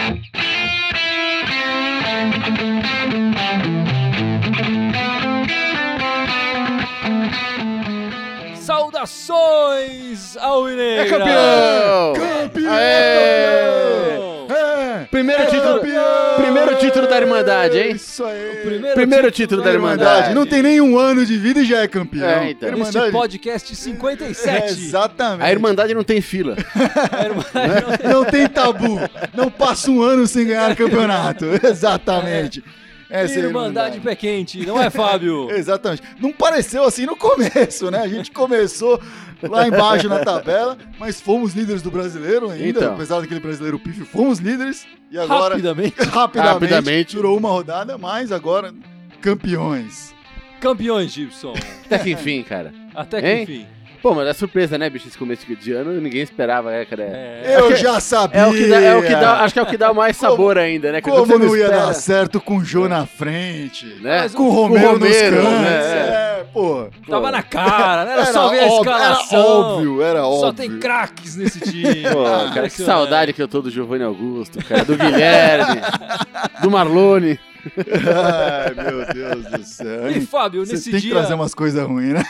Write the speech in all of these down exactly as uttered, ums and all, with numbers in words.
Saudações ao Mineira! É campeão! Campeão! É. Primeiro, é título, campeão! primeiro título da Irmandade, hein? Isso aí. O primeiro, Primeiro título da Irmandade. Não tem nem um ano de vida e já é campeão. É, então. Irmandade. Neste podcast cinquenta e sete. É, exatamente. A Irmandade não tem fila. A Irmandade não- Não tem tabu. Não passa um ano sem ganhar campeonato. Exatamente. Essa é a Irmandade pé quente, não é, Fábio? Exatamente. Não pareceu assim no começo, né? A gente começou lá embaixo na tabela, mas fomos líderes do brasileiro ainda, Então. apesar daquele brasileiro pífio, fomos líderes e agora Rapidamente. rapidamente, Rapidamente. durou uma rodada, mas agora campeões. Campeões, Gibson. Até que enfim, cara. Até que Hein? enfim. Pô, mas é surpresa, né, bicho? Esse começo de ano, ninguém esperava, né, cara? É. Eu que- já sabia. É o que dá, é o que dá, acho que é o que dá mais sabor ainda, né? cara? Como Quando você não ia espera, dar certo com o Jô na frente, né? Mas com o o- Romero, com o Romero, nos cantos. né? É, pô. Tava na cara, né? Era, Era só ver a óbvio, escalação. era óbvio, era Só óbvio. tem craques nesse time. Pô, cara, que Impressionante. saudade que eu tô do Giovanni Augusto, cara, do Guilherme, do Marlone. Ai, meu Deus do céu. E, Fábio, Você nesse tem dia... que trazer umas coisas ruins, né?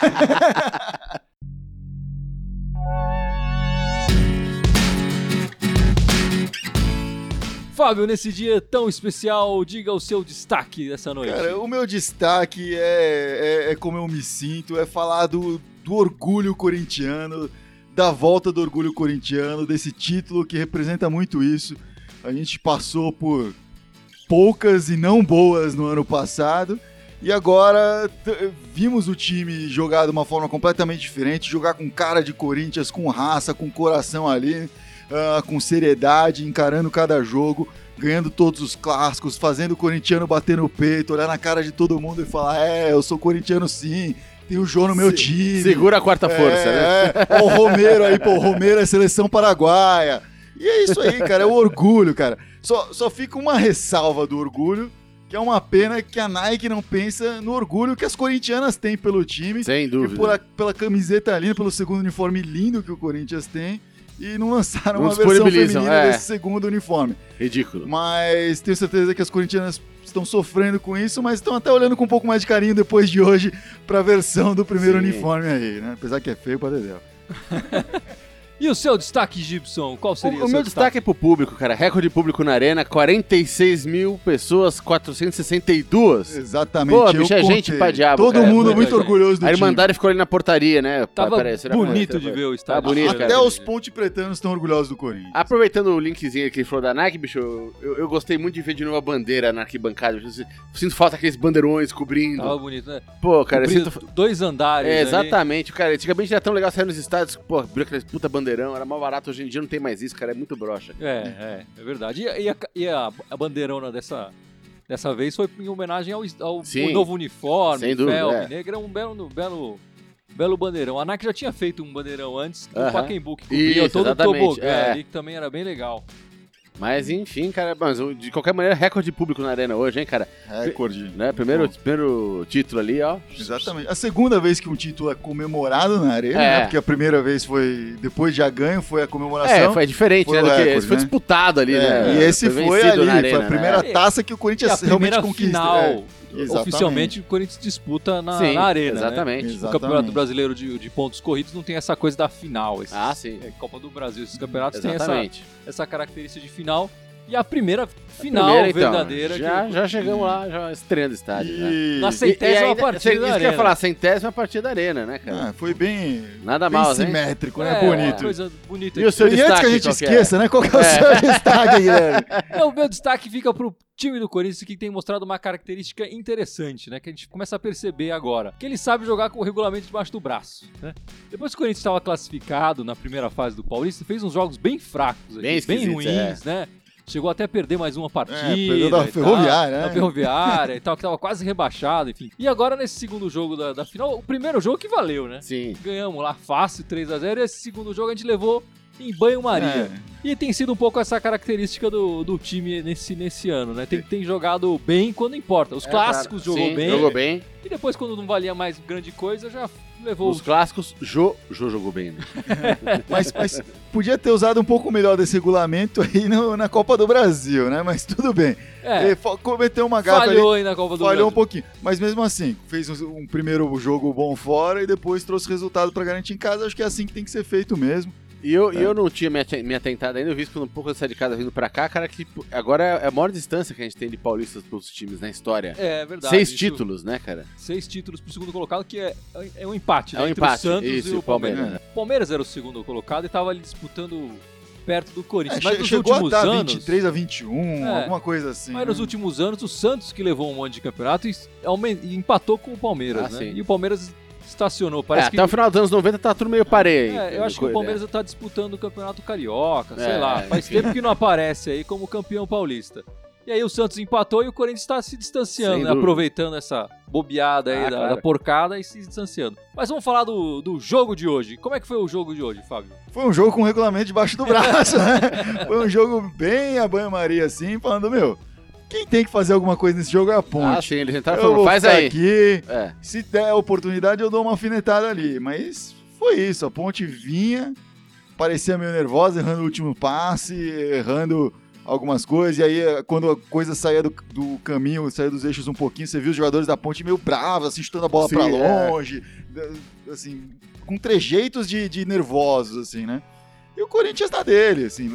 Fábio, nesse dia tão especial, diga o seu destaque dessa noite. Cara, o meu destaque é, é, é como eu me sinto, é falar do, do orgulho corintiano, da volta do orgulho corintiano, desse título que representa muito isso. A gente passou por poucas e não boas no ano passado e agora t- vimos o time jogar de uma forma completamente diferente, jogar com cara de Corinthians, com raça, com coração ali, ah, com seriedade, encarando cada jogo, ganhando todos os clássicos, fazendo o corintiano bater no peito, olhar na cara de todo mundo e falar: é, eu sou corintiano sim, tem o Jô no meu Se- time. Segura a quarta força, né? É, ó, o Romero aí, pô, o Romero é seleção paraguaia. E é isso aí, cara, é o orgulho, cara. Só, só fica uma ressalva do orgulho, que é uma pena que a Nike não pensa no orgulho que as corintianas têm pelo time. Sem E dúvida. por a- pela camiseta linda, pelo segundo uniforme lindo que o Corinthians tem. E não lançaram Não uma versão disponibilizam, feminina é. desse segundo uniforme. Ridículo. Mas tenho certeza que as corintianas estão sofrendo com isso, mas estão até olhando com um pouco mais de carinho depois de hoje pra versão do primeiro Sim. uniforme aí, né? Apesar que é feio pra dedéu. E o seu destaque, Gibson? Qual seria O, o, o seu meu destaque é pro público, cara. Recorde de público na arena, quarenta e seis mil pessoas, quatrocentos e sessenta e dois. Exatamente. Pô, eu bicho, é contei. gente pra diabo, Todo cara. mundo Muita muito gente. orgulhoso do A time. Irmandade ficou ali na portaria, né? Tava Aparece, né? bonito Aparece, de ver o Tá estádio. bonito, Até cara. os ponte pretanos estão orgulhosos do Corinthians. Aproveitando o linkzinho que ele falou da Nike, bicho, eu, eu gostei muito de ver de novo a bandeira na arquibancada. Eu sinto falta daqueles bandeirões cobrindo. Tava bonito, né? Pô, cara, eu Comprido, sinto... dois andares. É, ali. exatamente, cara. Antigamente era tão legal sair nos estádios, pô, abriu aquele puta bandeirão, era mal barato. Hoje em dia não tem mais isso, cara, é muito broxa. É, é, é verdade. E, e a, e a, a bandeirona dessa, dessa vez foi em homenagem ao, ao, Sim. ao novo uniforme, Sem dúvida, felme é. negro, é um belo, belo, belo bandeirão. A Nike já tinha feito um bandeirão antes do Aham. Pacaembu, que cobria Isso, todo o exatamente, tobogã é. ali, que também era bem legal. Mas enfim, cara, mas de qualquer maneira, recorde de público na arena hoje, hein, cara. Recorde. Né? Primeiro, Bom. primeiro título ali, ó. Exatamente. A segunda vez que um título é comemorado na arena, É. né? Porque a primeira vez foi, depois de já ganho, foi a comemoração. É, foi diferente, foi né? o Do que, recorde, esse foi né? disputado ali, É, né? e esse foi, vencido ali, na foi arena, a primeira né? taça que o E Corinthians a realmente primeira conquista. final, É, exatamente. oficialmente, o Corinthians disputa na, Sim, na arena, exatamente. né? O Exatamente. Campeonato Brasileiro de, de pontos corridos não tem essa coisa da final. Esses, Ah, sim. é, Copa do Brasil, esses campeonatos têm essa, Exatamente. essa característica de final. E a primeira final Primeiro, então, verdadeira. Já, que, já chegamos lá, já estreando o estádio, né? E... Na E- centésima e ainda- partida cê- da Isso que eu arena. ia falar, centésima partida da arena, né, cara? Ah, foi bem, Nada bem mal, hein? simétrico, né? É, Bonito. uma coisa bonita. E o seu E antes destaque, que a gente qual que é? esqueça, né? Qual que é o seu destaque, Guilherme? Não, o meu destaque fica pro time do Corinthians, que tem mostrado uma característica interessante, né? Que a gente começa a perceber agora. Que ele sabe jogar com o regulamento debaixo do braço, né? Depois que o Corinthians estava classificado na primeira fase do Paulista, fez uns jogos bem fracos, aqui, Bem bem, esquisitos, ruins, né? Chegou até a perder mais uma partida. É, perdeu da e tal, Ferroviária, né? Da Ferroviária e tal, que tava quase rebaixado, enfim. E agora, nesse segundo jogo da, da final, o primeiro jogo que valeu, né? Sim. Ganhamos lá fácil, três a zero, e esse segundo jogo a gente levou em banho-maria. É. E tem sido um pouco essa característica do, do time nesse, nesse ano, né? Tem, tem jogado bem quando importa. Os É, clássicos claro. jogou Sim, bem. Jogou bem. E depois, quando não valia mais grande coisa, já Levou Os clássicos, Jô, Jô jogou bem, né? Mas, mas podia ter usado um pouco melhor desse regulamento aí no- na Copa do Brasil, né? Mas tudo bem. É, Ele fa- cometeu uma gafe ali. falhou aí na Copa do Falhou Brasil. um pouquinho, mas mesmo assim, fez um, um primeiro jogo bom fora e depois trouxe resultado pra garantir em casa. Acho que é assim que tem que ser feito mesmo. E eu, É. e eu não tinha me aten- me atentado ainda, eu vi isso quando um pouco eu saí de casa vindo pra cá, cara, que tipo, agora é a maior distância que a gente tem de paulistas pros times na história. É verdade. Seis isso- títulos, né, cara? Seis títulos pro segundo colocado, que é, é um empate, É né? um entre empate, o Santos isso, e o o Palmeiras. Palmeiras. O Palmeiras era o segundo colocado e tava ali disputando perto do É, Corinthians. mas che- nos chegou a últimos dar anos, vinte e três a vinte e um, É. alguma coisa assim. mas nos né? últimos anos, o Santos que levou um monte de campeonato e, aumen- e empatou com o Palmeiras, Ah, né? sim. E o Palmeiras estacionou. É, Parece que até o final dos anos noventa tá tudo meio pareio. É, eu acho que o Palmeiras tá disputando o Campeonato Carioca, sei É, lá. Faz enfim. tempo que não aparece aí como campeão paulista. E aí o Santos empatou e o Corinthians está se distanciando, Sem né? dúvida. Aproveitando essa bobeada aí Ah, da, claro. da porcada e se distanciando. Mas vamos falar do, do jogo de hoje. Como é que foi o jogo de hoje, Fábio? Foi um jogo com regulamento debaixo do braço, né? Foi um jogo bem a banho-maria, assim, falando, meu, quem tem que fazer alguma coisa nesse jogo é a Ah, Ponte. sim, eles entraram e eu falaram, vou faz ficar aí. aqui, É. se der a oportunidade eu dou uma alfinetada ali. Mas foi isso, a Ponte vinha, parecia meio nervosa, errando o último passe, errando algumas coisas, e aí quando a coisa saía do, do caminho, saía dos eixos um pouquinho, você viu os jogadores da Ponte meio bravos, assim, chutando a bola Sim, pra é. longe, da- assim, com trejeitos de, de nervosos, assim, né? E o Corinthians tá dele, assim,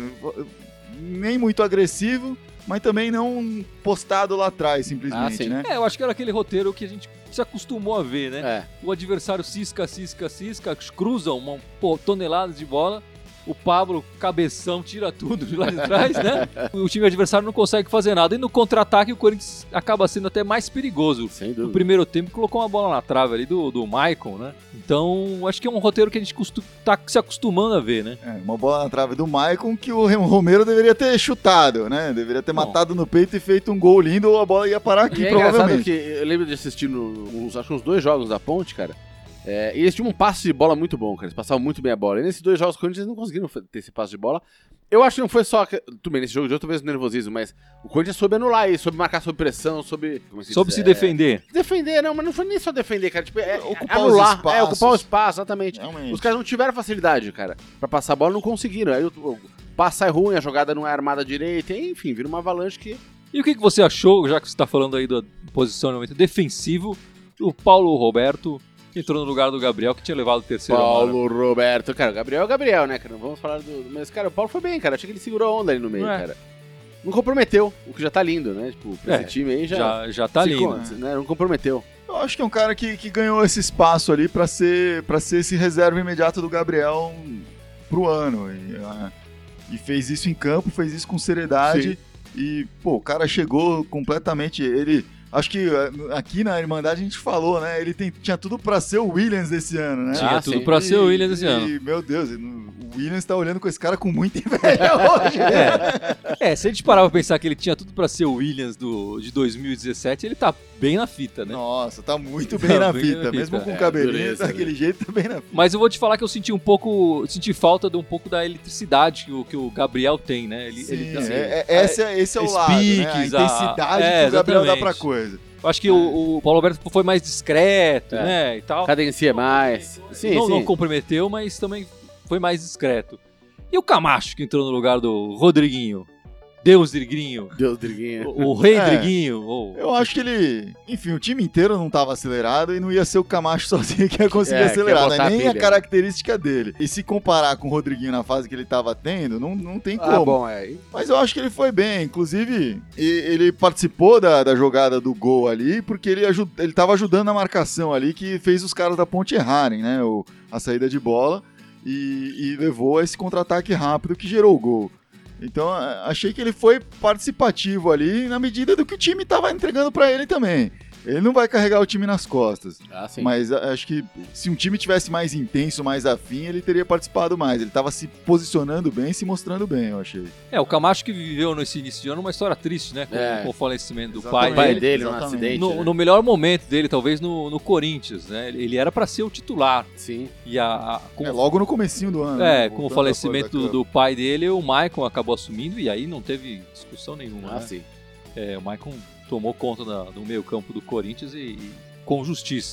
nem muito agressivo, mas também não postado lá atrás, Ah, simplesmente, sim. né? É, eu acho que era aquele roteiro que a gente se acostumou a ver, né? É. O adversário cisca, cisca, cisca, cruzam uma pô, tonelada de bola. O Pablo, cabeção, tira tudo de lá de trás, né? O time adversário não consegue fazer nada. E no contra-ataque, o Corinthians acaba sendo até mais perigoso. Sem No dúvida. primeiro tempo, colocou uma bola na trave ali do, do Maicon, né? Então, acho que é um roteiro que a gente costu- tá se acostumando a ver, né? É, uma bola na trave do Maicon que o Romero deveria ter chutado, né? Deveria ter Bom. matado no peito e feito um gol lindo, ou a bola ia parar aqui, E é engraçado provavelmente. que eu lembro de assistir no, uns, acho que uns dois jogos da Ponte, cara. É, e eles tinham um passe de bola muito bom, cara. Eles passavam muito bem a bola. E nesses dois jogos, o Corinthians não conseguiram ter esse passe de bola. Eu acho que não foi só. Que, tudo bem, nesse jogo de hoje, talvez nervosismo, mas o Corinthians soube anular isso, soube marcar sob pressão, soube. Como se Soube diz? se É, defender. defender, não, mas não foi nem só defender, cara. Tipo, é, Ocupar os anular, espaços. é, ocupar o espaço, exatamente. Realmente. Os caras não tiveram facilidade, cara, pra passar a bola, não conseguiram. Aí o, o passe sai ruim, a jogada não é armada direita, e, enfim, vira uma avalanche que. E o que, que você achou, já que você está falando aí do posicionamento defensivo, do Paulo Roberto, que entrou no lugar do Gabriel, que tinha levado o terceiro amarelo? Paulo Roberto, cara, o Gabriel é o Gabriel, né, cara? Não vamos falar do. Mas, cara, o Paulo foi bem, cara. Achei que ele segurou a onda ali no meio, Não é. cara. Não comprometeu, o que já tá lindo, né? Tipo, pra É, esse time aí já. Já, já tá se lindo. conta, né? Não comprometeu. Eu acho que é um cara que, que ganhou esse espaço ali pra ser, pra ser esse reserva imediato do Gabriel pro ano. E, ah, e fez isso em campo, fez isso com seriedade. E, pô, o cara chegou completamente. Ele. Acho que ah, aqui na Irmandade a gente falou, né? Ele tem- tinha tudo pra ser o Williams desse ano, né? Tinha Ah, tudo sim. pra ser o Williams esse e, ano. E, meu Deus, o Williams tá olhando com esse cara com muita inveja hoje. né? É, se a gente parar pra pensar que ele tinha tudo pra ser o Williams do, de dois mil e dezessete, ele tá bem na fita, né? Nossa, tá muito Tá bem na bem fita. na Mesmo fita. com É, o cabelinho, dureza, daquele jeito, tá bem na fita. Mas eu vou te falar que eu senti um pouco, senti falta de um pouco da eletricidade que o, que o Gabriel tem, né? Ele, Sim, ele assim, é, é, esse, é, esse é o lado, né? A speaks, a- intensidade é, que o Gabriel dá exatamente. pra coisa. eu acho que o, o Paulo Alberto foi mais discreto, É. né? E tal. Cadencia mais. Sim, não, sim. não comprometeu, mas também foi mais discreto. E o Camacho, que entrou no lugar do Rodriguinho? Deus Driguinho? Deus, Driguinha. O, o Rei É. Driguinho? ou- Eu acho que ele... Enfim, o time inteiro não tava acelerado e não ia ser o Camacho sozinho que ia conseguir É, que ia acelerar, botar né? Nem a a pilha. característica dele. E se comparar com o Rodriguinho na fase que ele tava tendo, não, não tem como. Ah, bom, é. Mas eu acho que ele foi bem. Inclusive, e- ele participou da, da jogada do gol ali, porque ele, aju ele tava ajudando na marcação ali, que fez os caras da Ponte errarem, né? O, a saída de bola. E, e levou a esse contra-ataque rápido que gerou o gol. Então, a- achei que ele foi participativo ali, na medida do que o time tava entregando pra ele também. Ele não vai carregar o time nas costas. Ah, sim. Mas a- acho que se um time tivesse mais intenso, mais afim, ele teria participado mais. Ele tava se posicionando bem, se mostrando bem, eu achei. É, o Camacho que viveu nesse início de ano uma história triste, né? Com, É. com o falecimento do Exatamente. o pai pai dele. dele num exatamente. acidente. No, né? no melhor momento dele, talvez no, no Corinthians, né? Ele ele era pra ser o titular. Sim. E a, a- com, É, logo no comecinho do ano. é, né? com o Voltando falecimento depois do, da do pai dele, o Maicon acabou assumindo e aí não teve discussão nenhuma. Ah, né? sim. É, o Maicon tomou conta da- do meio campo do Corinthians e, e com justiça.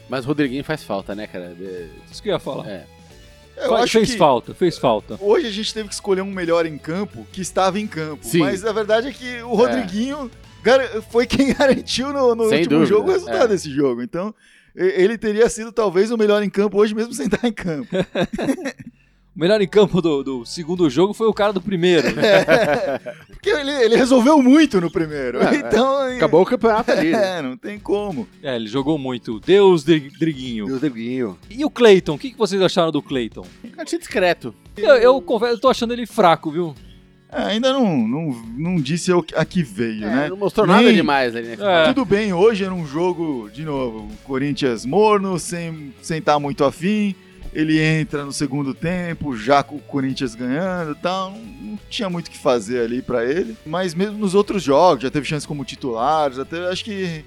Mas o Rodriguinho faz falta, né, cara? De... Isso que eu ia falar. É. Eu Fa- acho fez que falta, fez falta. hoje a gente teve que escolher um melhor em campo que estava em campo. Sim. Mas a verdade é que o Rodriguinho gar- foi quem garantiu no, no Sem último dúvida, jogo o resultado é. desse jogo. Então, e- ele teria sido talvez o melhor em campo hoje, mesmo sem estar em campo. O melhor em campo do, do segundo jogo foi o cara do primeiro. Né? Porque ele, ele resolveu muito no primeiro. É, então, Acabou o campeonato ali. Né? É, não tem como. É, ele jogou muito. Deus, Dri- Driguinho. E o Rodriguinho. E o Cleiton? O que, que vocês acharam do Cleiton? Achei discreto. Eu, eu confesso, eu tô achando ele fraco, viu? É, ainda não, não, não disse o que- a que veio, É, né? não mostrou Nem- nada demais ali, né? É. Tudo bem, hoje era um jogo, de novo, o Corinthians morno, sem sem estar muito afim. Ele entra no segundo tempo, já com o Corinthians ganhando e tal. Não, não tinha muito o que fazer ali pra ele. Mas mesmo nos outros jogos, já teve chance como titular, já teve, acho que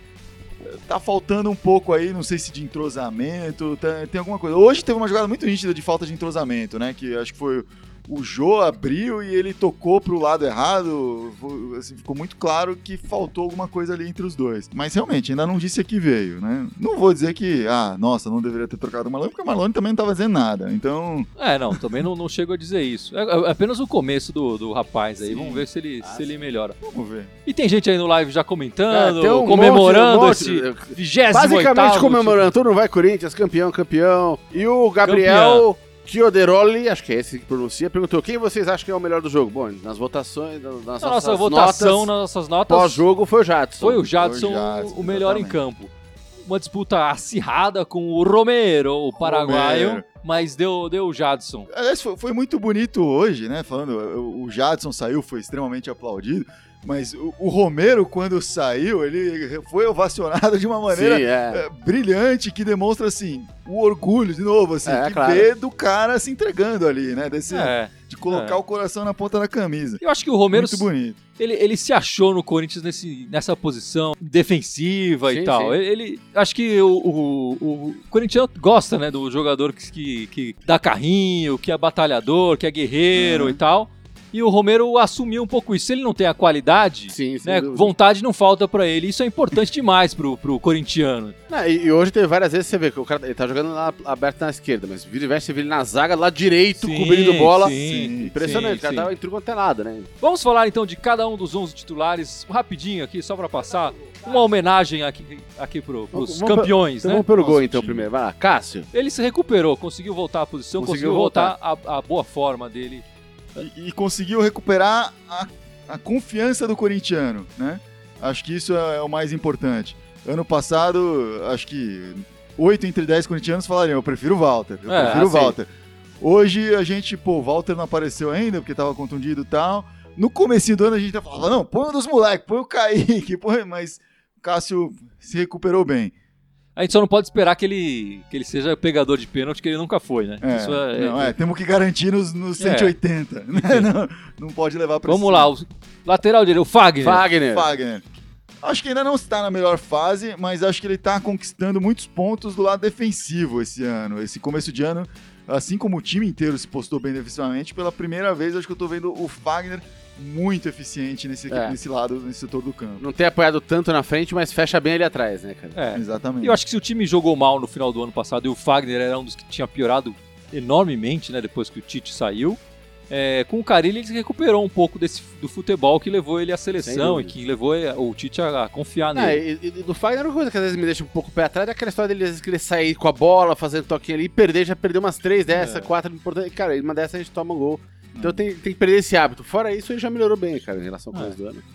tá faltando um pouco aí, não sei se de entrosamento, tá- tem alguma coisa. Hoje teve uma jogada muito nítida de falta de entrosamento, né? Que acho que foi o Jô abriu e ele tocou pro lado errado. Foi- assim, ficou muito claro que faltou alguma coisa ali entre os dois. Mas realmente, ainda não disse a que veio, né? Não vou dizer que, ah, nossa, não deveria ter trocado o Marlone, porque o Marlone também não tava fazendo nada. Então, É, não, também não, não chego a dizer isso. É, é apenas o começo do, do rapaz aí. Sim. Vamos ver se ele, Ah, se ele melhora. vamos ver. E tem gente aí no live já comentando, É, tem um comemorando monte, um monte. esse vigésimo Basicamente comemorando, todo mundo vai Corinthians, campeão, campeão. E o Gabriel Chioderoli, acho que é esse que pronuncia, perguntou quem vocês acham que é o melhor do jogo. Bom, nas votações, nas Na nossas nossa votação, notas, nas nossas notas, pós-jogo foi o Jadson. foi o Jadson, Foi o Jadson, o melhor em exatamente. campo. Uma disputa acirrada com o Romero, o paraguaio, Romero. mas deu, deu o Jadson. Aliás, foi, foi muito bonito hoje, né? Falando, o, o Jadson saiu, foi extremamente aplaudido. Mas o, o Romero, quando saiu, ele foi ovacionado de uma maneira Sim, é. é, brilhante, que demonstra, assim, o orgulho, de novo, assim, É, que claro. vê do cara se entregando ali, né? Desse, É. de colocar é. o coração na ponta da camisa. Eu acho que o Romero, Muito bonito. ele, ele se achou no Corinthians nesse, nessa posição defensiva Sim, e tal. sim. Ele, ele- acho que o, o, o corintiano gosta, né, do jogador que, que, que dá carrinho, que é batalhador, que é guerreiro Uhum. e tal. E o Romero assumiu um pouco isso. Se ele não tem a qualidade, Sim, sem né, dúvida. vontade não falta pra ele. Isso é importante demais pro, pro corintiano. Não, e, e hoje teve várias vezes, você vê que o cara ele tá jogando lá aberto na esquerda, mas vira e mexe, você vê ele na zaga, lá direito, Sim, cobrindo bola. sim, Impressionante, sim, o cara sim. tava em tudo quanto é lado, né? Vamos falar então de cada um dos onze titulares, rapidinho aqui, só pra passar uma homenagem aqui, aqui pro, pros Vamos- campeões, Então né? vamos pelo Nosso gol então time. primeiro. Vai lá, Cássio. Ele se recuperou, conseguiu voltar à posição, conseguiu, Conseguiu voltar à, à boa forma dele. E, e conseguiu recuperar a, a confiança do corintiano, né? Acho que isso é, é o mais importante. Ano passado, acho que oito entre dez corintianos falariam, eu prefiro o Walter, eu É, prefiro o sim. Walter. Hoje a gente, pô, o Walter não apareceu ainda, porque tava contundido e tal. No comecinho do ano a gente falava, não, põe um dos moleques, põe o Kaique, põe... mas o Cássio se recuperou bem. A gente só não pode esperar que ele, que ele seja pegador de pênalti, que ele nunca foi, né? É, Isso é- não, é- é, temos que garantir nos, nos cento e oitenta, né? Não, não pode levar pra Vamos cima. lá, o lateral direito, o Fagner. Fagner. Fagner. Acho que ainda não está na melhor fase, mas acho que ele está conquistando muitos pontos do lado defensivo esse ano. Esse começo de ano, assim como o time inteiro se postou bem defensivamente, pela primeira vez acho que eu tô vendo o Fagner muito eficiente nesse, É. nesse lado, nesse setor do campo. Não tem apoiado tanto na frente, mas fecha bem ali atrás, né, cara? É. Exatamente. E eu acho que se o time jogou mal no final do ano passado e o Fagner era um dos que tinha piorado enormemente, né, depois que o Tite saiu, é, com o Carille ele se recuperou um pouco desse, do futebol que levou ele à seleção e dúvida. que levou o Tite a, a confiar Ah, nele. e, e do Fagner, uma coisa que às vezes me deixa um pouco pé atrás é aquela história dele, às vezes, querer sair com a bola, fazendo toquinho ali e perder, já perdeu umas três dessas, É. quatro importantes. Cara, uma dessas a gente toma um gol. Então tem, tem que perder esse hábito. Fora isso, ele já melhorou bem, cara, em relação ao É. começo do ano.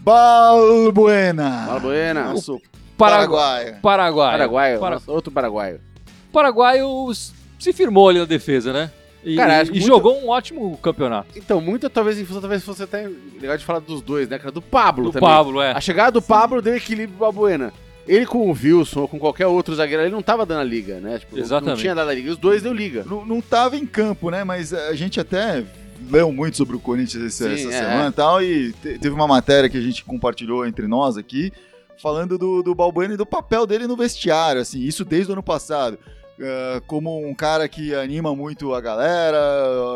Balbuena. Balbuena. Nosso Paraguai. Paraguai. Paraguai. Paraguaio, Para- nossa, outro paraguaio. Paraguaio se firmou ali na defesa, né? E, Cara, acho que e muito- jogou um ótimo campeonato. Então, muito talvez em função, talvez fosse até legal de falar dos dois, né, cara? Do Pablo Do também. Pablo, é. A chegada do Pablo deu equilíbrio pro Balbuena. Ele com o Wilson ou com qualquer outro zagueiro, ele não tava dando a liga, né? Tipo, Exatamente. Não tinha dado a liga. Os dois deu liga. Não, não tava em campo, né? Mas a gente até leu muito sobre o Corinthians esse- Sim, essa é. semana e tal, e te- teve uma matéria que a gente compartilhou entre nós aqui, falando do, do Balbuena e do papel dele no vestiário, assim, isso desde o ano passado. Ah, como um cara que anima muito a galera, ah,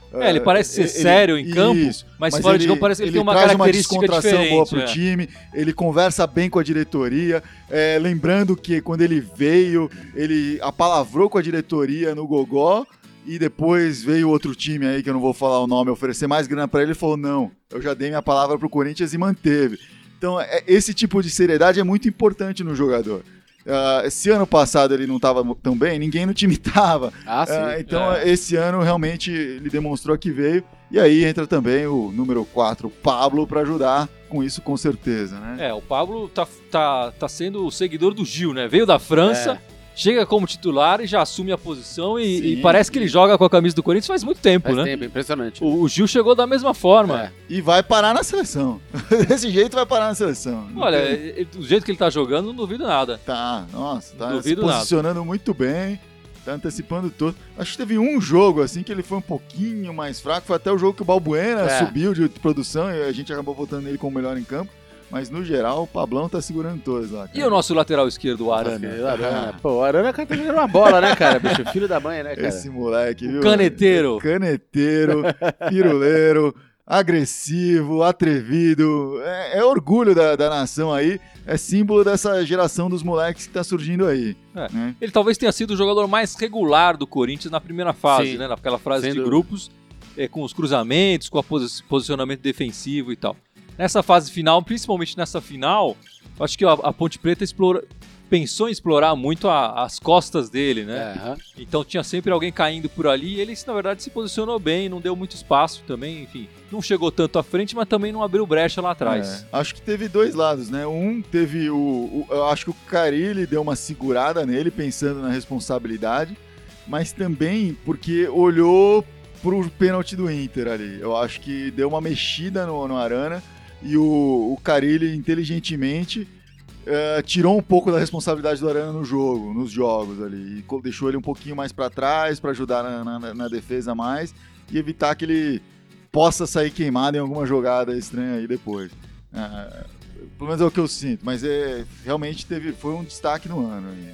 É, ele parece ser ele, sério em campo, isso, mas, mas fora ele, de campo parece que ele, ele tem uma traz característica uma descontração diferente. boa pro é. time, ele conversa bem com a diretoria, é, lembrando que quando ele veio, ele apalavrou com a diretoria no Gogó, e depois veio outro time aí, que eu não vou falar o nome, oferecer mais grana pra ele, ele falou, não, eu já dei minha palavra pro Corinthians e manteve. Então, é, esse tipo de seriedade é muito importante no jogador. Uh, esse ano passado ele não estava tão bem, ninguém no time estava. Ah, sim. Uh, então, É. esse ano realmente ele demonstrou que veio. E aí entra também o número quatro, Pablo, para ajudar com isso, com certeza, né? É, o Pablo tá, tá, tá sendo o seguidor do Gil, né? Veio da França, chega como titular e já assume a posição e, Sim, e parece que ele joga com a camisa do Corinthians faz muito tempo, Faz né? tempo, impressionante. O, o Gil chegou da mesma forma. É. E vai parar na seleção. Desse jeito vai parar na seleção. Não Olha, tem- ele- do jeito que ele tá jogando, não duvido nada. Tá, nossa, tá Duvido se nada. posicionando muito bem, tá antecipando todo. Acho que teve um jogo assim que ele foi um pouquinho mais fraco, foi até o jogo que o Balbuena É. subiu de produção e a gente acabou votando nele como melhor em campo, mas no geral o Pablão tá segurando todos lá. E o nosso lateral esquerdo, o Arana? O Arana. Pô, o Arana tá jogando uma bola, né, cara? Bicho, filho da mãe, né, cara? Esse moleque, viu? caneteiro. Caneteiro, piruleiro, agressivo, atrevido. É, é orgulho da, da nação aí. É símbolo dessa geração dos moleques que tá surgindo aí. É. Né? Ele talvez tenha sido o jogador mais regular do Corinthians na primeira fase, Sim. né? Naquela fase Sem de dúvida. grupos, é, com os cruzamentos, com o posi posicionamento defensivo e tal. Nessa fase final, principalmente nessa final, eu acho que a, a Ponte Preta explora, pensou em explorar muito a, as costas dele, né? É, aham. Então tinha sempre alguém caindo por ali e ele, na verdade, se posicionou bem, não deu muito espaço também, enfim. Não chegou tanto à frente, mas também não abriu brecha lá atrás. É, acho que teve dois lados, né? Um teve o, o. Eu acho que o Carille deu uma segurada nele, pensando na responsabilidade, mas também porque olhou pro pênalti do Inter ali. Eu acho que deu uma mexida no, no Arana e o, o Carille, inteligentemente, eh, tirou um pouco da responsabilidade do Arana no jogo, nos jogos ali. E co- deixou ele um pouquinho mais para trás para ajudar na, na, na defesa mais e evitar que ele possa sair queimado em alguma jogada estranha aí depois. Ah, pelo menos é o que eu sinto, mas é, realmente teve, foi um destaque no ano. Aí,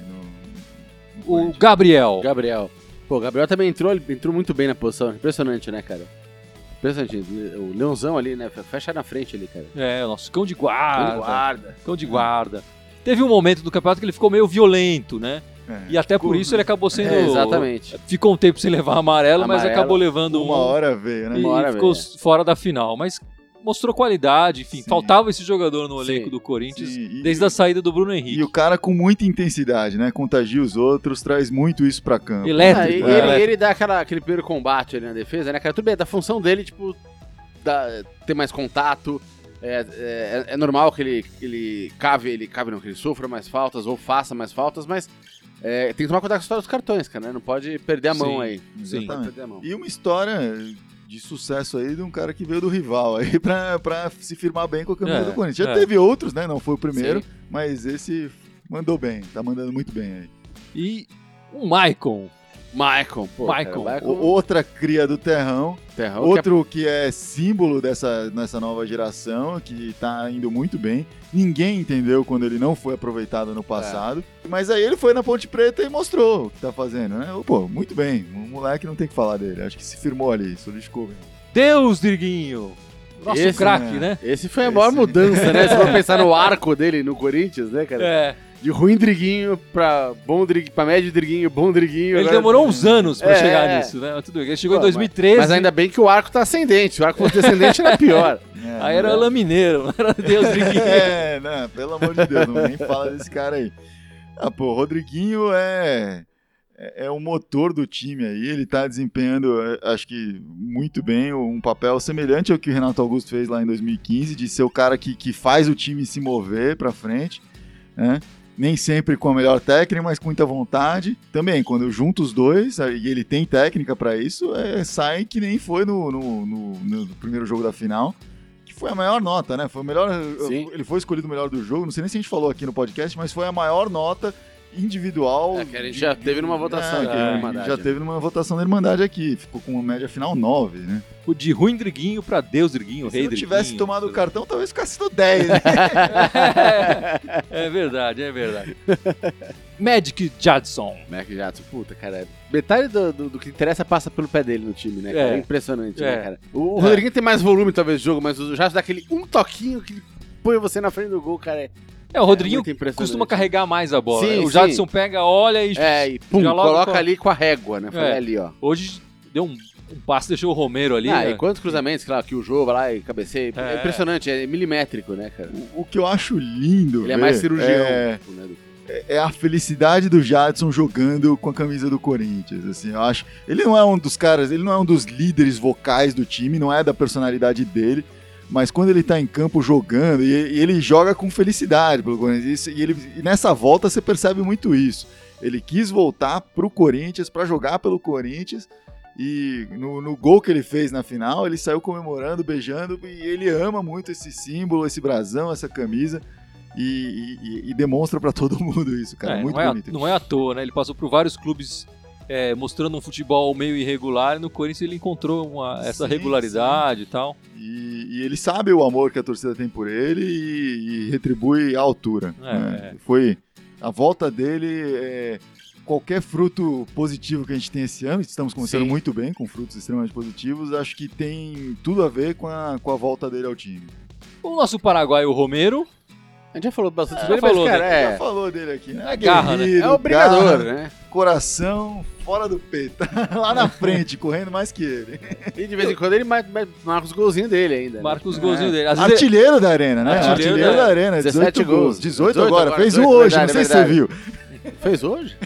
no, no O Corinthians. Gabriel. Gabriel. Pô, o Gabriel também entrou, ele entrou muito bem na posição. Impressionante, né, cara? Impressionante. O Leãozão ali, né? Fecha na frente ali, cara. É, o nosso cão de guarda. Ele guarda. Cão de guarda. Teve um momento do campeonato que ele ficou meio violento, né? É, E até ficou- por isso ele acabou sendo... É, exatamente. Ficou um tempo sem levar amarelo, mas Amarelo, acabou levando Uma um hora veio, né? e uma hora ficou veio. fora da final. Mas mostrou qualidade, enfim, Sim. faltava esse jogador no elenco Sim. do Corinthians Sim, e- desde a saída do Bruno Henrique. E o cara com muita intensidade, né? Contagia os outros, traz muito isso pra campo. Ah, Elétrico. e- né? ele, Elétrico. ele dá aquela, aquele primeiro combate ali na defesa, né, cara? Tudo bem, da função dele, tipo, dá- ter mais contato. É, é, é normal que ele, que ele cave, ele cave não, que ele sofra mais faltas ou faça mais faltas, mas é, tem que tomar cuidado com a história dos cartões, cara, né? Não pode perder a mão Sim, aí. sim. Não pode perder a mão. E uma história de sucesso aí de um cara que veio do rival aí pra, pra se firmar bem com a camisa É, do Corinthians. Já é. teve outros, né? Não foi o primeiro, Sim. mas esse mandou bem, tá mandando muito bem aí. E o Maicon. Maicon, pô. Maicon. Cara, O- outra cria do Terrão, Terrão, que outro que é símbolo dessa nessa nova geração, que tá indo muito bem. Ninguém entendeu quando ele não foi aproveitado no passado. Mas aí ele foi na Ponte Preta e mostrou o que tá fazendo, né? Pô, muito bem. O moleque não tem que falar dele. Acho que se firmou ali, solidificou bem. Deus, Dirguinho. Nosso Esse, craque, né? né? é- Esse foi a maior Esse- mudança, né? Se for pensar no arco dele no Corinthians, né, cara? É, De ruim Driguinho pra bom Driguinho, pra médio Driguinho, bom Driguinho. ele agora- demorou uns anos pra É, chegar é. nisso, né? Mas tudo bem. Ele chegou Pô, em dois mil e treze. Mas ainda bem que o arco tá ascendente. Se o arco fosse descendente era pior. É, Aí era né? Lamineiro, não era Deus, Dirguinho. É, não, pelo amor de Deus, não nem fala desse cara aí. Ah, pô, o Rodriguinho é, é, é o motor do time aí, ele tá desempenhando, é, acho que muito bem, um papel semelhante ao que o Renato Augusto fez lá em dois mil e quinze, de ser o cara que, que faz o time se mover pra frente, né? Nem sempre com a melhor técnica, mas com muita vontade. Também, quando junta os dois, e ele tem técnica pra isso, é, sai que nem foi no, no, no- no primeiro jogo da final. Que foi a maior nota, né? Foi o melhor. Sim. Ele foi escolhido o melhor do jogo. Não sei nem se a gente falou aqui no podcast, mas foi a maior nota individual. É, que a gente de- já teve numa votação É, aqui que na a gente Irmandade. já teve numa votação da Irmandade aqui. Ficou com uma média final nove, né? O de ruim Driguinho pra Deus Driguinho, Se rei não Driguinho. tivesse tomado o cartão, talvez ficasse no dez, né? É verdade, é verdade. Magic Johnson. Mac Jackson, puta, cara. Metade do, do, do que interessa passa pelo pé dele no time, né, cara? É. É impressionante, É. né, cara? O, o É. Rodriguinho tem mais volume, talvez, do jogo, mas o Jackson dá aquele um toquinho que põe você na frente do gol, cara. É, É, o Rodriguinho muito impressionante. costuma carregar mais a bola. Sim, o sim. Jadson pega, olha e... é e pum, Já logo coloca com- ali com a régua, né? Falei É. ali, ó. Hoje deu um, um passe, deixou o Romero ali. ah, né? e quantos cruzamentos, claro, que o jogo vai lá e cabeceia. É, É. impressionante, é milimétrico, né, cara? O, o que eu acho lindo. Ele é ver mais cirurgião. É, tipo, né, do- é a felicidade do Jadson jogando com a camisa do Corinthians, assim, eu acho. Ele não é um dos caras, ele não é um dos líderes vocais do time, não é da personalidade dele, mas quando ele tá em campo jogando, e, e ele joga com felicidade pelo Corinthians, isso- e, ele, e nessa volta você percebe muito isso. Ele quis voltar pro Corinthians, pra jogar pelo Corinthians, e no, no gol que ele fez na final, ele saiu comemorando, beijando, e ele ama muito esse símbolo, esse brasão, essa camisa. E, e- e demonstra pra todo mundo isso, cara. É, muito não, é, bonito. à- não é à toa, né? Ele passou por vários clubes é, mostrando um futebol meio irregular e no Corinthians ele encontrou uma- essa Sim, regularidade e tal. E, e ele sabe o amor que a torcida tem por ele e, e retribui à altura. É, né? é. Foi a volta dele. É, qualquer fruto positivo que a gente tem esse ano, estamos começando Sim. muito bem, com frutos extremamente positivos, acho que tem tudo a ver com a, com a volta dele ao time. O nosso paraguaio Romero, A gente já falou bastante É, sobre ele, já mas, falou, cara, né? é, Já falou dele aqui, né? É garra, né? Guerreiro, é obrigador, garra, né? coração fora do peito. Lá na frente, correndo mais que ele. E de vez em quando ele mar- mar- marca os golzinhos dele ainda. né? marca os golzinhos dele. Às vezes ele- Artilheiro da Arena, né? Artilheiro Artilheiro, da- da Arena, dezessete dezoito gols. gols. dezoito, dezoito agora, agora, fez um dezoito, hoje, verdade, não sei se você verdade. viu. Fez hoje?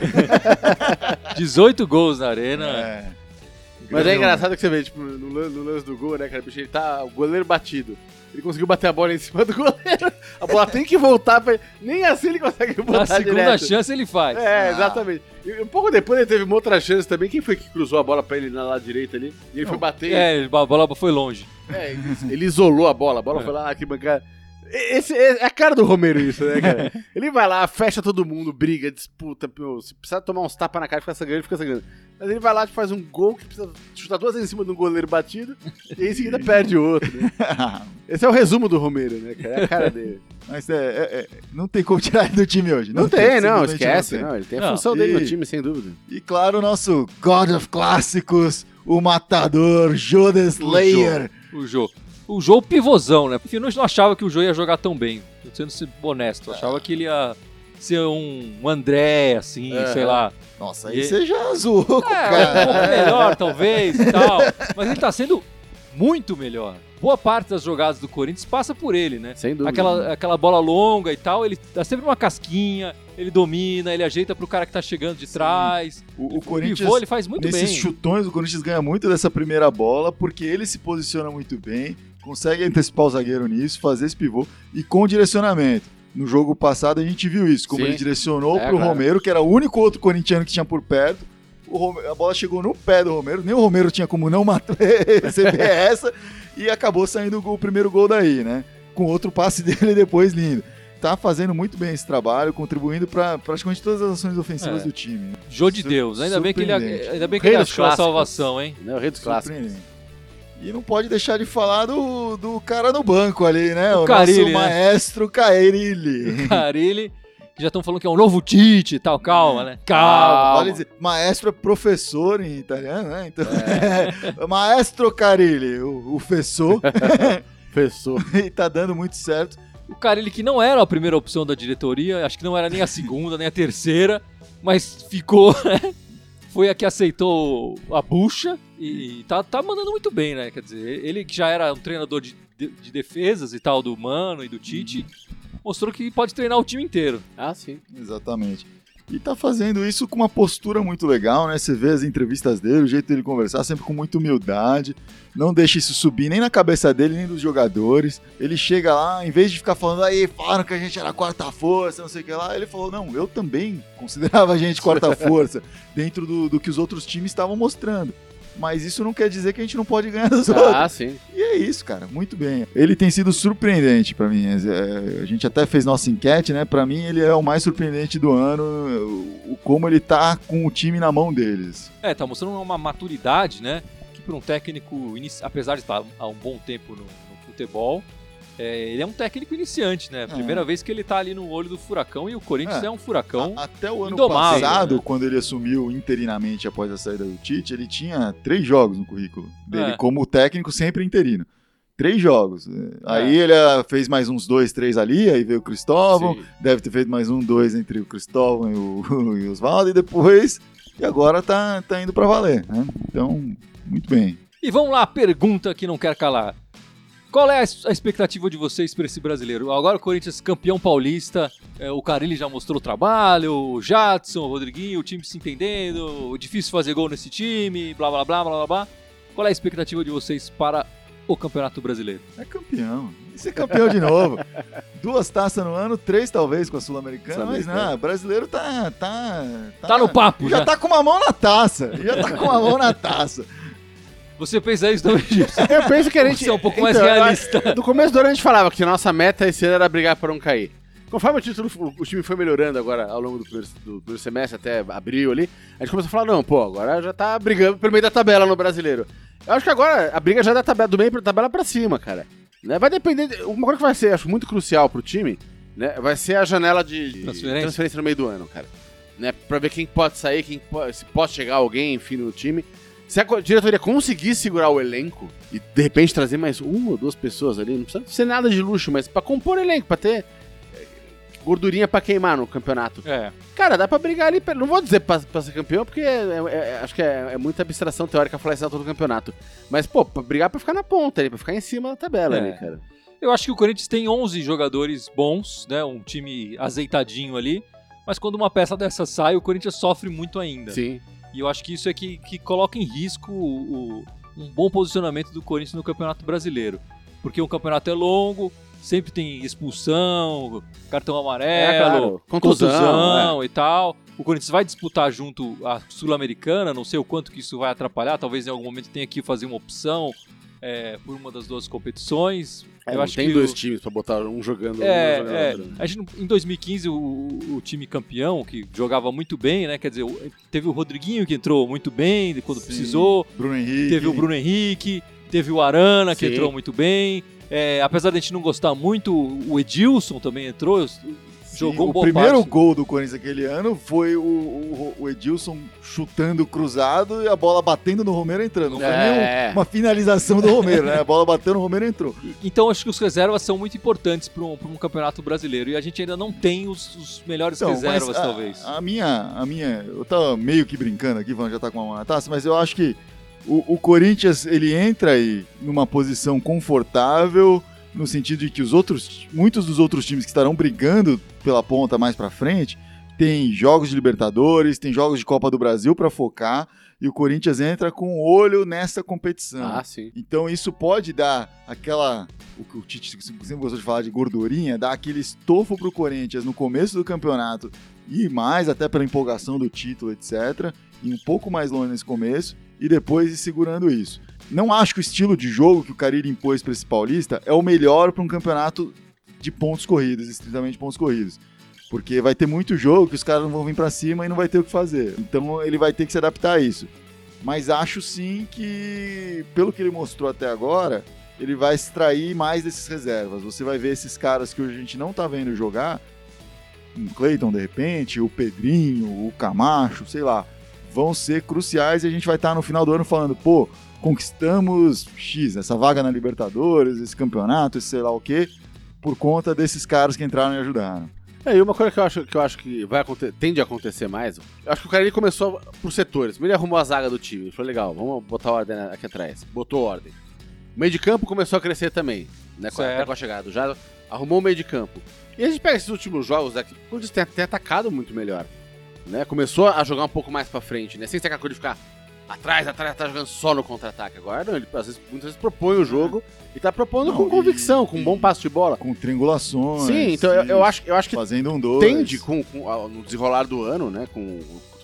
dezoito gols na arena. É. Mas é engraçado que você vê, tipo, no, lan- no lance do gol, né, cara? Bicho, ele tá o goleiro batido. Ele conseguiu bater a bola em cima do goleiro. A bola tem que voltar pra ele. Nem assim ele consegue botar Na segunda direto. chance ele faz. É, Ah. exatamente. E um pouco depois ele teve uma outra chance também. Quem foi que cruzou a bola pra ele na lado direita ali? E ele foi bater. É, a bola foi longe. É, ele, ele isolou a bola. A bola É. foi lá na arquibancada. Esse, é a cara do Romero isso, né, cara? Ele vai lá, fecha todo mundo, briga, disputa. Meu, se precisar tomar uns tapas na cara, fica sangrando, fica sangrando. Mas ele vai lá e faz um gol que precisa chutar duas vezes em cima de um goleiro batido e em seguida perde o outro, né? Esse é o resumo do Romero, né, cara? É a cara dele. Mas é, é- é- não tem como tirar ele do time hoje. Não, tem, não, simplesmente esquece. tem. Não, ele tem a Não, função dele no e- time, sem dúvida. E claro, o nosso God of Clássicos, o matador, Jô The Slayer. O Jô. O Jô pivôzão, né? Porque eu não achava que o Jô ia jogar tão bem. Tô sendo honesto. Eu achava que ele ia ser um, um André, assim, É. sei lá. Nossa, aí E- você já zoou com o É, um pouco cara. melhor, talvez, e tal. Mas ele tá sendo muito melhor. Boa parte das jogadas do Corinthians passa por ele, né? Sem dúvida. Aquela, aquela bola longa e tal, ele dá sempre uma casquinha, ele domina, ele ajeita pro cara que tá chegando de Sim. trás. O, o O Corinthians, pivô ele faz muito nesses bem. chutões, o Corinthians ganha muito dessa primeira bola, porque ele se posiciona muito bem, consegue antecipar o zagueiro nisso, fazer esse pivô, e com direcionamento. No jogo passado a gente viu isso, como Sim. ele direcionou É, pro claro. Romero, que era o único outro corintiano que tinha por perto. O Rome- a bola chegou no pé do Romero, nem o Romero tinha como não matar, receber essa, e acabou saindo o, gol- o primeiro gol daí, né? Com outro passe dele depois lindo. Tá fazendo muito bem esse trabalho, contribuindo para praticamente todas as ações ofensivas É. do time. Jô de Sur- Deus. Ainda bem que ele, surpreendente. ainda bem que Rei ele dos achou a clássicos. salvação, hein? Né, o rei dos clássicos. Surpreendente. E não pode deixar de falar do, do cara no banco ali, né? O O, Carille, nosso né? maestro Carilli. Carilli, que já estão falando que é um novo Tite e tal. Calma, né? Calma, Calma. vale dizer, maestro é professor em italiano, né? Então, maestro Carilli, o, o fessor, Fessou. e tá dando muito certo. O Carilli que não era a primeira opção da diretoria, acho que não era nem a segunda, nem a terceira, mas ficou, né? Foi a que aceitou a bucha e tá, tá mandando muito bem, né? Quer dizer, ele que já era um treinador de, de, de defesas e tal, do Mano e do Tite, mostrou que pode treinar o time inteiro. Ah, sim. Exatamente. E tá fazendo isso com uma postura muito legal, né? Você vê as entrevistas dele, o jeito dele conversar, sempre com muita humildade. Não deixa isso subir nem na cabeça dele, nem dos jogadores. Ele chega lá, em vez de ficar falando, aí, falaram que a gente era a quarta força, não sei o que lá, ele falou, não, eu também considerava a gente quarta força, dentro do, do que os outros times estavam mostrando. mas isso não quer dizer que a gente não pode ganhar dos Ah, outros. sim. E é isso, cara, muito bem. Ele tem sido surpreendente pra mim. É, a gente até fez nossa enquete, né? Pra mim, ele é o mais surpreendente do ano, o, o- como ele tá com o time na mão deles. É, tá mostrando uma maturidade, né? Que para um técnico, inici- apesar de estar há um bom tempo no, no futebol, é, ele é um técnico iniciante, né? Primeira vez que ele tá ali no olho do furacão e o Corinthians É. é, um furacão. A- até o ano indomável, passado, né? quando ele assumiu interinamente após a saída do Tite, ele tinha três jogos no currículo dele, É. como técnico sempre interino. Três jogos. Aí ele ah, fez mais uns dois, três ali, aí veio o Cristóvão, Sim. deve ter feito mais um, dois entre o Cristóvão e o, e o Oswaldo, e depois, e agora tá, tá indo pra valer, né? Então, muito bem. E vamos lá, pergunta que não quer calar. Qual é a es- a expectativa de vocês para esse brasileiro? Agora o Corinthians campeão paulista, é, o Carille já mostrou o trabalho, o Jadson, o Rodriguinho, o time se entendendo, difícil fazer gol nesse time, blá blá blá blá blá blá. Qual é a expectativa de vocês para o Campeonato Brasileiro? É campeão. E ser campeão de novo. Duas taças no ano, três talvez com a Sul-Americana, mas Sul-Americana. não, brasileiro tá, tá, Tá no papo já. já. tá com uma mão na taça. Já tá com uma mão na taça. Você pensa isso também, Gilson? Eu penso que a gente... Você é um pouco mais Então, eu realista. acho- No começo do ano a gente falava que a nossa meta esse ano era brigar para não cair. Conforme o título, o time foi melhorando agora ao longo do primeiro, do primeiro semestre até abril ali, a gente começou a falar, não, pô, agora já tá brigando pelo meio da tabela no brasileiro. Eu acho que agora a briga já é da tabela, do meio da tabela pra cima, cara. Né? Vai depender, de, uma coisa que vai ser, acho, muito crucial pro time, né, vai ser a janela de de Transferência. transferência no meio do ano, cara. Né, pra ver quem pode sair, quem pode, se pode chegar alguém, enfim, no time. Se a co- diretoria conseguir segurar o elenco e de repente trazer mais uma ou duas pessoas ali, não precisa ser nada de luxo, mas pra compor elenco, pra ter eh, gordurinha pra queimar no campeonato. É. Cara, dá pra brigar ali, pe- não vou dizer pra, pra ser campeão, porque é- é- é- acho que é, é muita abstração teórica falar isso na todo o campeonato. Mas, pô, pra brigar pra ficar na ponta ali, pra ficar em cima da tabela É. ali, cara. Eu acho que o Corinthians tem onze jogadores bons, né? Um time azeitadinho ali. Mas quando uma peça dessa sai, o Corinthians sofre muito ainda. Sim. E eu acho que isso é que, que coloca em risco o- o- um bom posicionamento do Corinthians no Campeonato Brasileiro. Porque o campeonato é longo, sempre tem expulsão, cartão amarelo, É, claro. Contusão, contusão e tal. O Corinthians vai disputar junto a Sul-Americana, não sei o quanto que isso vai atrapalhar, talvez em algum momento tenha que fazer uma opção é, por uma das duas competições. É, eu não acho tem que dois o- times pra botar um jogando, um é, jogando é. outro, né? A gente, não- em dois mil e quinze, o, o time campeão, que jogava muito bem, né? Quer dizer, o- teve o Rodriguinho que entrou muito bem quando Sim. precisou, Bruno Henrique. teve o Bruno Henrique, teve o Arana que Sim. entrou muito bem. É, apesar de a gente não gostar muito, o Edilson também entrou, Sim, jogou um o bom primeiro parte. gol do Corinthians aquele ano foi o, o- o Edilson chutando cruzado e a bola batendo no Romero entrando. Não foi É. nem um- uma finalização do Romero, né? A bola bateu no Romero e entrou. E- Então acho que os reservas são muito importantes para um, pra um campeonato brasileiro e a gente ainda não tem os, os melhores Então, reservas, mas a- talvez. A minha, a minha, eu tava meio que brincando aqui, Van já tá com uma mão na taça, mas eu acho que o, o Corinthians, ele entra aí numa posição confortável, no sentido de que os outros, muitos dos outros times que estarão brigando pela ponta mais pra frente, tem jogos de Libertadores, tem jogos de Copa do Brasil pra focar, e o Corinthians entra com o olho nessa competição. Ah, sim. Então isso pode dar aquela, o que o Tite sempre gostou de falar de gordurinha, dar aquele estofo pro Corinthians no começo do campeonato e mais até pela empolgação do título, etcétera. E um pouco mais longe nesse começo e depois ir segurando isso. Não acho que o estilo de jogo que o Carille impôs para esse paulista é o melhor para um campeonato de pontos corridos, estritamente pontos corridos. Porque vai ter muito jogo que os caras não vão vir para cima e não vai ter o que fazer. Então ele vai ter que se adaptar a isso. Mas acho sim que, pelo que ele mostrou até agora, ele vai extrair mais desses reservas. Você vai ver esses caras que hoje a gente não tá vendo jogar, o Cleiton de repente, o Pedrinho, o Camacho, sei lá, vão ser cruciais e a gente vai estar no final do ano falando, pô, conquistamos X, essa vaga na Libertadores, esse campeonato, esse sei lá o quê, por conta desses caras que entraram e ajudaram. É, e uma coisa que eu acho que, eu acho que vai acontecer, tende a acontecer mais, eu acho que o cara ele começou por setores. Primeiro ele arrumou a zaga do time, ele falou, legal, vamos botar ordem aqui atrás. Botou ordem. O meio de campo começou a crescer também, né, com a, até com a chegada do Jadon, arrumou o meio de campo. E a gente pega esses últimos jogos aqui, o Corinthians tem, tem atacado muito melhor, né, começou a jogar um pouco mais pra frente, né, sem ser aquela coisa de ficar atrás, atrás, atrás, jogando só no contra-ataque. Agora não, ele às vezes, muitas vezes propõe o jogo e tá propondo Não, com e- convicção, com um e- bom passo de bola. Com triangulações. Sim, então eu, eu acho, eu acho que fazendo um dois. tende com, com- ao- no desenrolar do ano, né, com o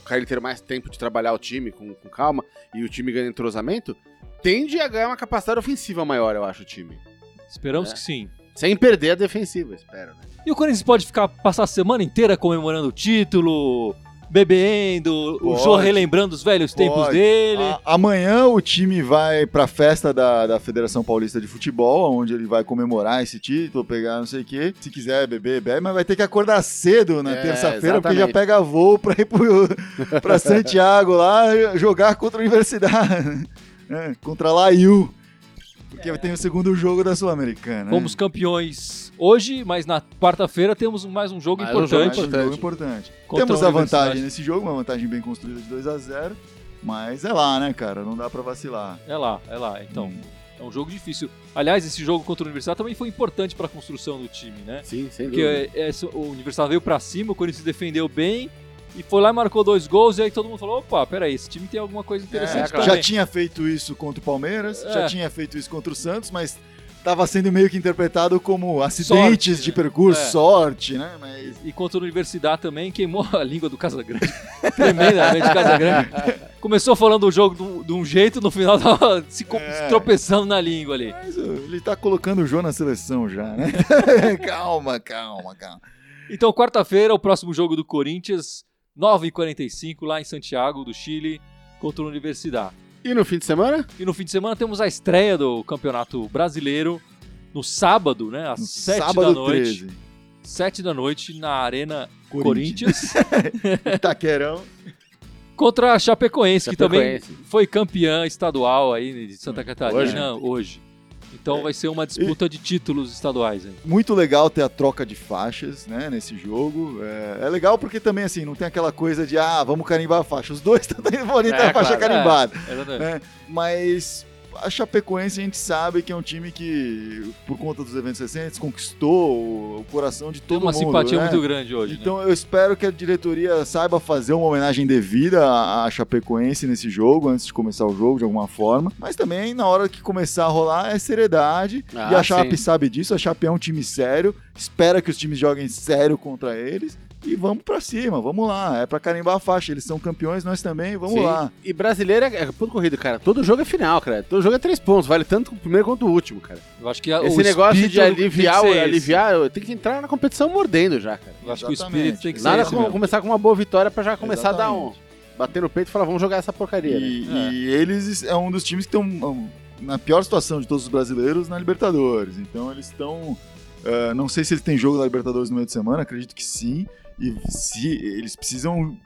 Carille ter mais tempo de trabalhar o time com, com calma e o time ganha entrosamento, tende a ganhar uma capacidade ofensiva maior, eu acho, o time. Esperamos É. que sim. Sem perder a defensiva, espero, né? E o Corinthians pode ficar, passar a semana inteira comemorando o título, bebendo, o Pode. Jô relembrando os velhos tempos Pode. dele. A- amanhã o time vai pra festa da, da Federação Paulista de Futebol, onde ele vai comemorar esse título, pegar não sei o quê. Se quiser beber, bebe, mas vai ter que acordar cedo na É, terça-feira, porque já exatamente. pega voo pra ir pro, pra Santiago lá jogar contra a Universidade, né? Contra a Laú. Porque tem o segundo jogo da Sul-Americana. Fomos campeões hoje, mas na quarta-feira temos mais um jogo Mais um jogo importante. Mais um jogo importante. Contra Temos a a vantagem Universidade. nesse jogo, uma vantagem bem construída de dois a zero, mas é lá, né, cara? Não dá pra vacilar. É lá, é lá. Então, é um jogo difícil. Aliás, esse jogo contra a Universidade também foi importante para a construção do time, né? Sim, sem Porque dúvida. é, é, o Universidade veio para cima, o Corinthians defendeu bem e foi lá e marcou dois gols. E aí todo mundo falou: opa, peraí, esse time tem alguma coisa interessante É, claro. também. Já tinha feito isso contra o Palmeiras, É. já tinha feito isso contra o Santos, mas estava sendo meio que interpretado como acidentes Sorte, de né? percurso, É. sorte, né? Mas E contra a Universidade também queimou a língua do Casagrande. Tremendamente Casagrande. Começou falando o jogo de um- de um jeito, no final tava se, co- É. se tropeçando na língua ali. Mas, uh, ele tá colocando o Jô na seleção já, né? calma, calma, calma. Então, quarta-feira, o próximo jogo do Corinthians, nove e quarenta e cinco, lá em Santiago, do Chile, contra a Universidade. E no fim de semana? E no fim de semana temos a estreia do Campeonato Brasileiro, no sábado, né, às No sete da sábado noite. treze. Sete da noite, na Arena Corinthians. Corinthians, Itaquerão. contra a Chapecoense, que também Chapecoense. foi campeã estadual aí de Santa Catarina Hoje, né? hoje. Então vai ser uma disputa de títulos estaduais. Hein? Muito legal ter a troca de faixas, né, nesse jogo. É, é legal porque também, assim, não tem aquela coisa de, ah, vamos carimbar a faixa. Os dois estão bonitos É, a faixa claro. carimbada. É, exatamente. né? Mas a Chapecoense a gente sabe que é um time que, por conta dos eventos recentes, conquistou o coração de Tem todo uma mundo. simpatia né? muito grande hoje. Então eu espero que a diretoria saiba fazer uma homenagem devida à à Chapecoense nesse jogo, antes de começar o jogo de alguma forma. Mas também, na hora que começar a rolar, é seriedade. Ah, e a Chape sim. sabe disso, a Chape é um time sério, espera que os times joguem sério contra eles. E vamos pra cima, vamos lá. É pra carimbar a faixa. Eles são campeões, nós também, vamos Sim. lá. E brasileiro é, é ponto corrido, cara. Todo jogo é final, cara. Todo jogo é três pontos. Vale tanto o primeiro quanto o último, cara. Eu acho que a- Esse o negócio espírito de aliviar, tem que ser esse. aliviar, tem que entrar na competição mordendo já, cara. Eu acho que o Exatamente. espírito tem que ser Nada esse como mesmo. começar com uma boa vitória pra já começar a dar um... Exatamente. Bater no peito e falar, vamos jogar essa porcaria, né? E, É. e eles é um dos times que estão na pior situação de todos os brasileiros na Libertadores. Então eles estão. eh, não sei se eles têm jogo da Libertadores no meio de semana, acredito que sim. E se eles precisam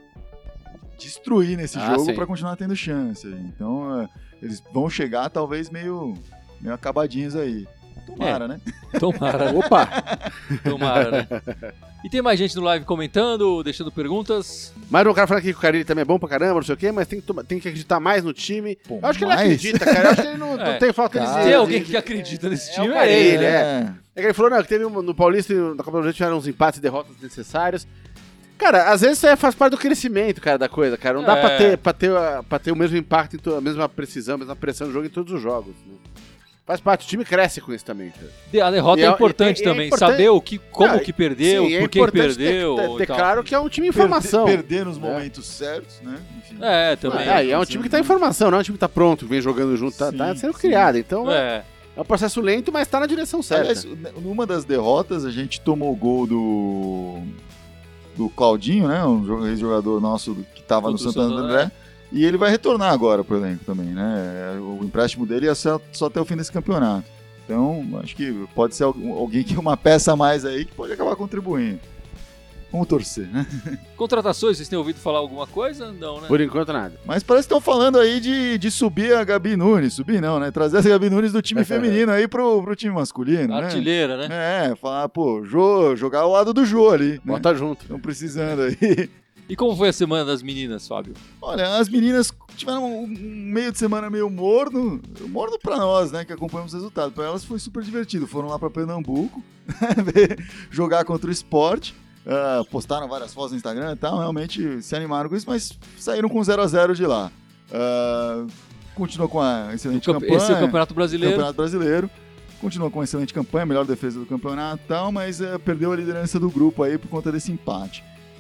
destruir nesse Ah, jogo sim. para continuar tendo chance. Então eh, eles vão chegar talvez meio, meio acabadinhos aí. Tomara, né? Tomara, Opa! tomara, né? E tem mais gente no live comentando, deixando perguntas. Mais um cara falando aqui que o Carille também é bom pra caramba, não sei o quê, mas tem que, toma- tem que acreditar mais no time. Pô, Eu acho que ele mais? acredita, cara. Eu acho que ele não, não É. tem falta Cara, de... Tem Ah, alguém gente, que acredita nesse é time? o É Carille, ele, né? é. É que ele falou, não, que teve um- no Paulista e na Copa do Brasil tiveram uns empates e derrotas necessários. Cara, às vezes isso aí faz parte do crescimento, cara, da coisa, cara. Não dá É. pra ter, pra, ter, a- pra ter o mesmo impacto, em to- a mesma precisão, a mesma pressão no jogo em todos os jogos, né? Faz parte, o time cresce com isso também, cara. De- A derrota E é é- importante e é também, importante- saber o que, como Ah, que perdeu, Sim, é por que importante perdeu. ter, ter, ter e tal. claro que é um time em formação. Perder, perder nos momentos certos, né? Enfim. É, também. É, e é um time que tá em formação, não é um time que tá pronto, que vem jogando junto, tá, Sim, tá sendo sim. criado. Então é. É. é um processo lento, mas tá na direção certa. Aliás, numa das derrotas, a gente tomou o gol do do Claudinho, né? Um jo- ex-jogador nosso do- que estava no Contra o Santo Santo André. E ele vai retornar agora pro elenco também, né? O empréstimo dele é só, só até o fim desse campeonato. Então, acho que pode ser algum- alguém que é uma peça a mais aí que pode acabar contribuindo. Vamos torcer, né? Contratações, vocês têm ouvido falar alguma coisa? Não, né? Por enquanto, nada. Mas parece que estão falando aí de, de subir a Gabi Nunes. Subir não, né? Trazer essa Gabi Nunes do time feminino aí pro, pro time masculino, né? Artilheira, né? É, falar, pô, Jô, jogar ao lado do Jô ali, né? Bota junto. Estão precisando aí. E como foi a semana das meninas, Fábio? Olha, as meninas tiveram um, um meio de semana meio morno, morno pra nós, né, que acompanhamos o resultado. Pra elas foi super divertido. Foram lá pra Pernambuco, ver- jogar contra o Sport. ah, postaram várias fotos no Instagram e tal, realmente se animaram com isso, mas saíram com zero a zero de lá. Ah, continuou com a excelente O campe- campanha. Esse é o Campeonato Brasileiro. Campeonato Brasileiro. Continua com uma excelente campanha, melhor defesa do campeonato e tal, mas eh, perdeu a liderança do grupo aí por conta desse empate.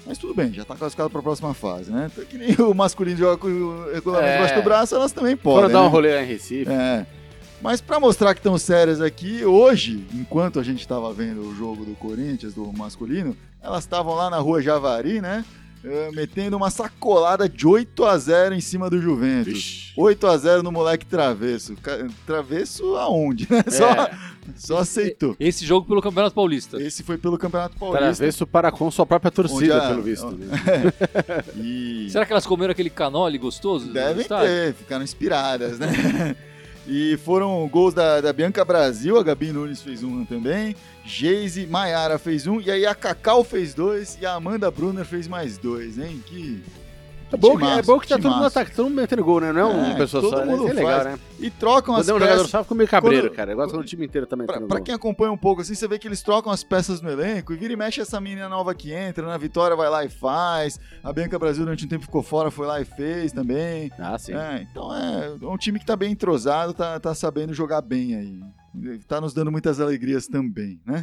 Mas tudo bem, já tá classificado pra próxima fase, né? Então, que nem o masculino joga com o regulamento É. debaixo do braço, elas também podem. Foram dar um né? rolê lá em Recife. É. Mas pra mostrar que estão sérias aqui, hoje, enquanto a gente tava vendo o jogo do Corinthians, do masculino, elas estavam lá na rua Javari, né? eh, metendo uma sacolada de oito a zero em cima do Juventus. Vixe. oito a zero no moleque travesso. Ca- Travesso aonde, né? Só, É. só aceitou. Esse jogo pelo Campeonato Paulista. Esse foi pelo Campeonato Para Paulista. ver isso para com sua própria torcida, Onde a- pelo visto. Né? E... Será que elas comeram aquele canole gostoso? do Devem estádio? ter, ficaram inspiradas, né? E foram gols da, da Bianca Brasil, a Gabi Nunes fez um também, Geise, Maiara fez um, e aí a Cacau fez dois e a Amanda Brunner fez mais dois, hein? Que... É bom, que, é timaço, bom que tá todo mundo timaço. atacando, todo mundo metendo gol, né? Não é uma É, pessoa todo só, né? mundo Isso é legal, faz. né? E trocam as Quando é um jogador peças... só, fica meio cabreiro, quando- cara. Eu gosto quando o time inteiro tá Pra, metendo pra gol. quem acompanha um pouco assim, você vê que eles trocam as peças no elenco e vira e mexe essa menina nova que entra, na Vitória vai lá e faz, a Bianca Brasil durante um tempo ficou fora, foi lá e fez também. Ah, sim. É, então é um time que tá bem entrosado, tá, tá sabendo jogar bem aí. Tá nos dando muitas alegrias também, né?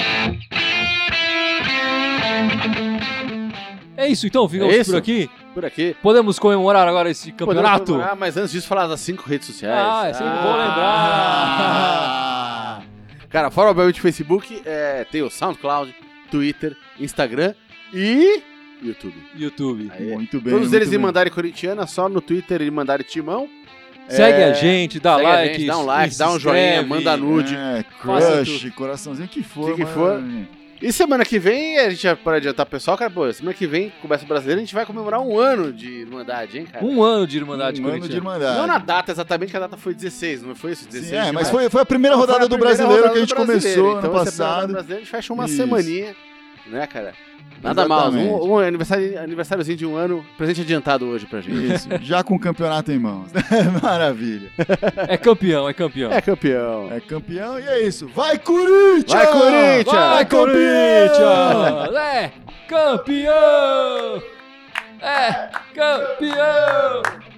É isso então, ficamos É isso? por aqui. Por aqui. Podemos comemorar agora esse campeonato? Podemos comemorar, mas antes disso, falar das cinco redes sociais. Ah, é sempre bom lembrar. Cara, fora obviamente o Facebook, é, tem o SoundCloud, Twitter, Instagram e YouTube. YouTube. Aí, Muito bem. Todos eles muito bem. Irmandade Corintiana, só no Twitter Irmandade Timão. Segue É, a gente, dá segue a like, gente, dá um like, se dá um inscreve. joinha, manda nude. É, Faça crush, coraçãozinho, que for. Que que mas- for. E semana que vem, a gente já para adiantar pro pessoal, cara, pô, semana que vem, começa o brasileiro, a gente vai comemorar um ano de Irmandade, hein, cara? Um ano de Irmandade Um ano de Corintiana. Irmandade. Não na data exatamente, que a data foi dezesseis, não foi isso? dezesseis Sim, é, de mas maio. foi, foi a primeira Não, foi rodada a do primeira brasileiro rodada que a gente do brasileiro. começou Então, ano essa primeira rodada do passado. brasileiro, a gente fecha uma Isso. semaninha, né, cara? Nada mal, Exatamente. um, um aniversário, aniversáriozinho de um ano, presente adiantado hoje pra gente. Isso, já com o campeonato em mãos. Maravilha. É campeão, é campeão. É campeão. É campeão e é isso. Vai, Corinthians! Vai, Corinthians! Vai, campeão! Corinthians! É campeão! É campeão!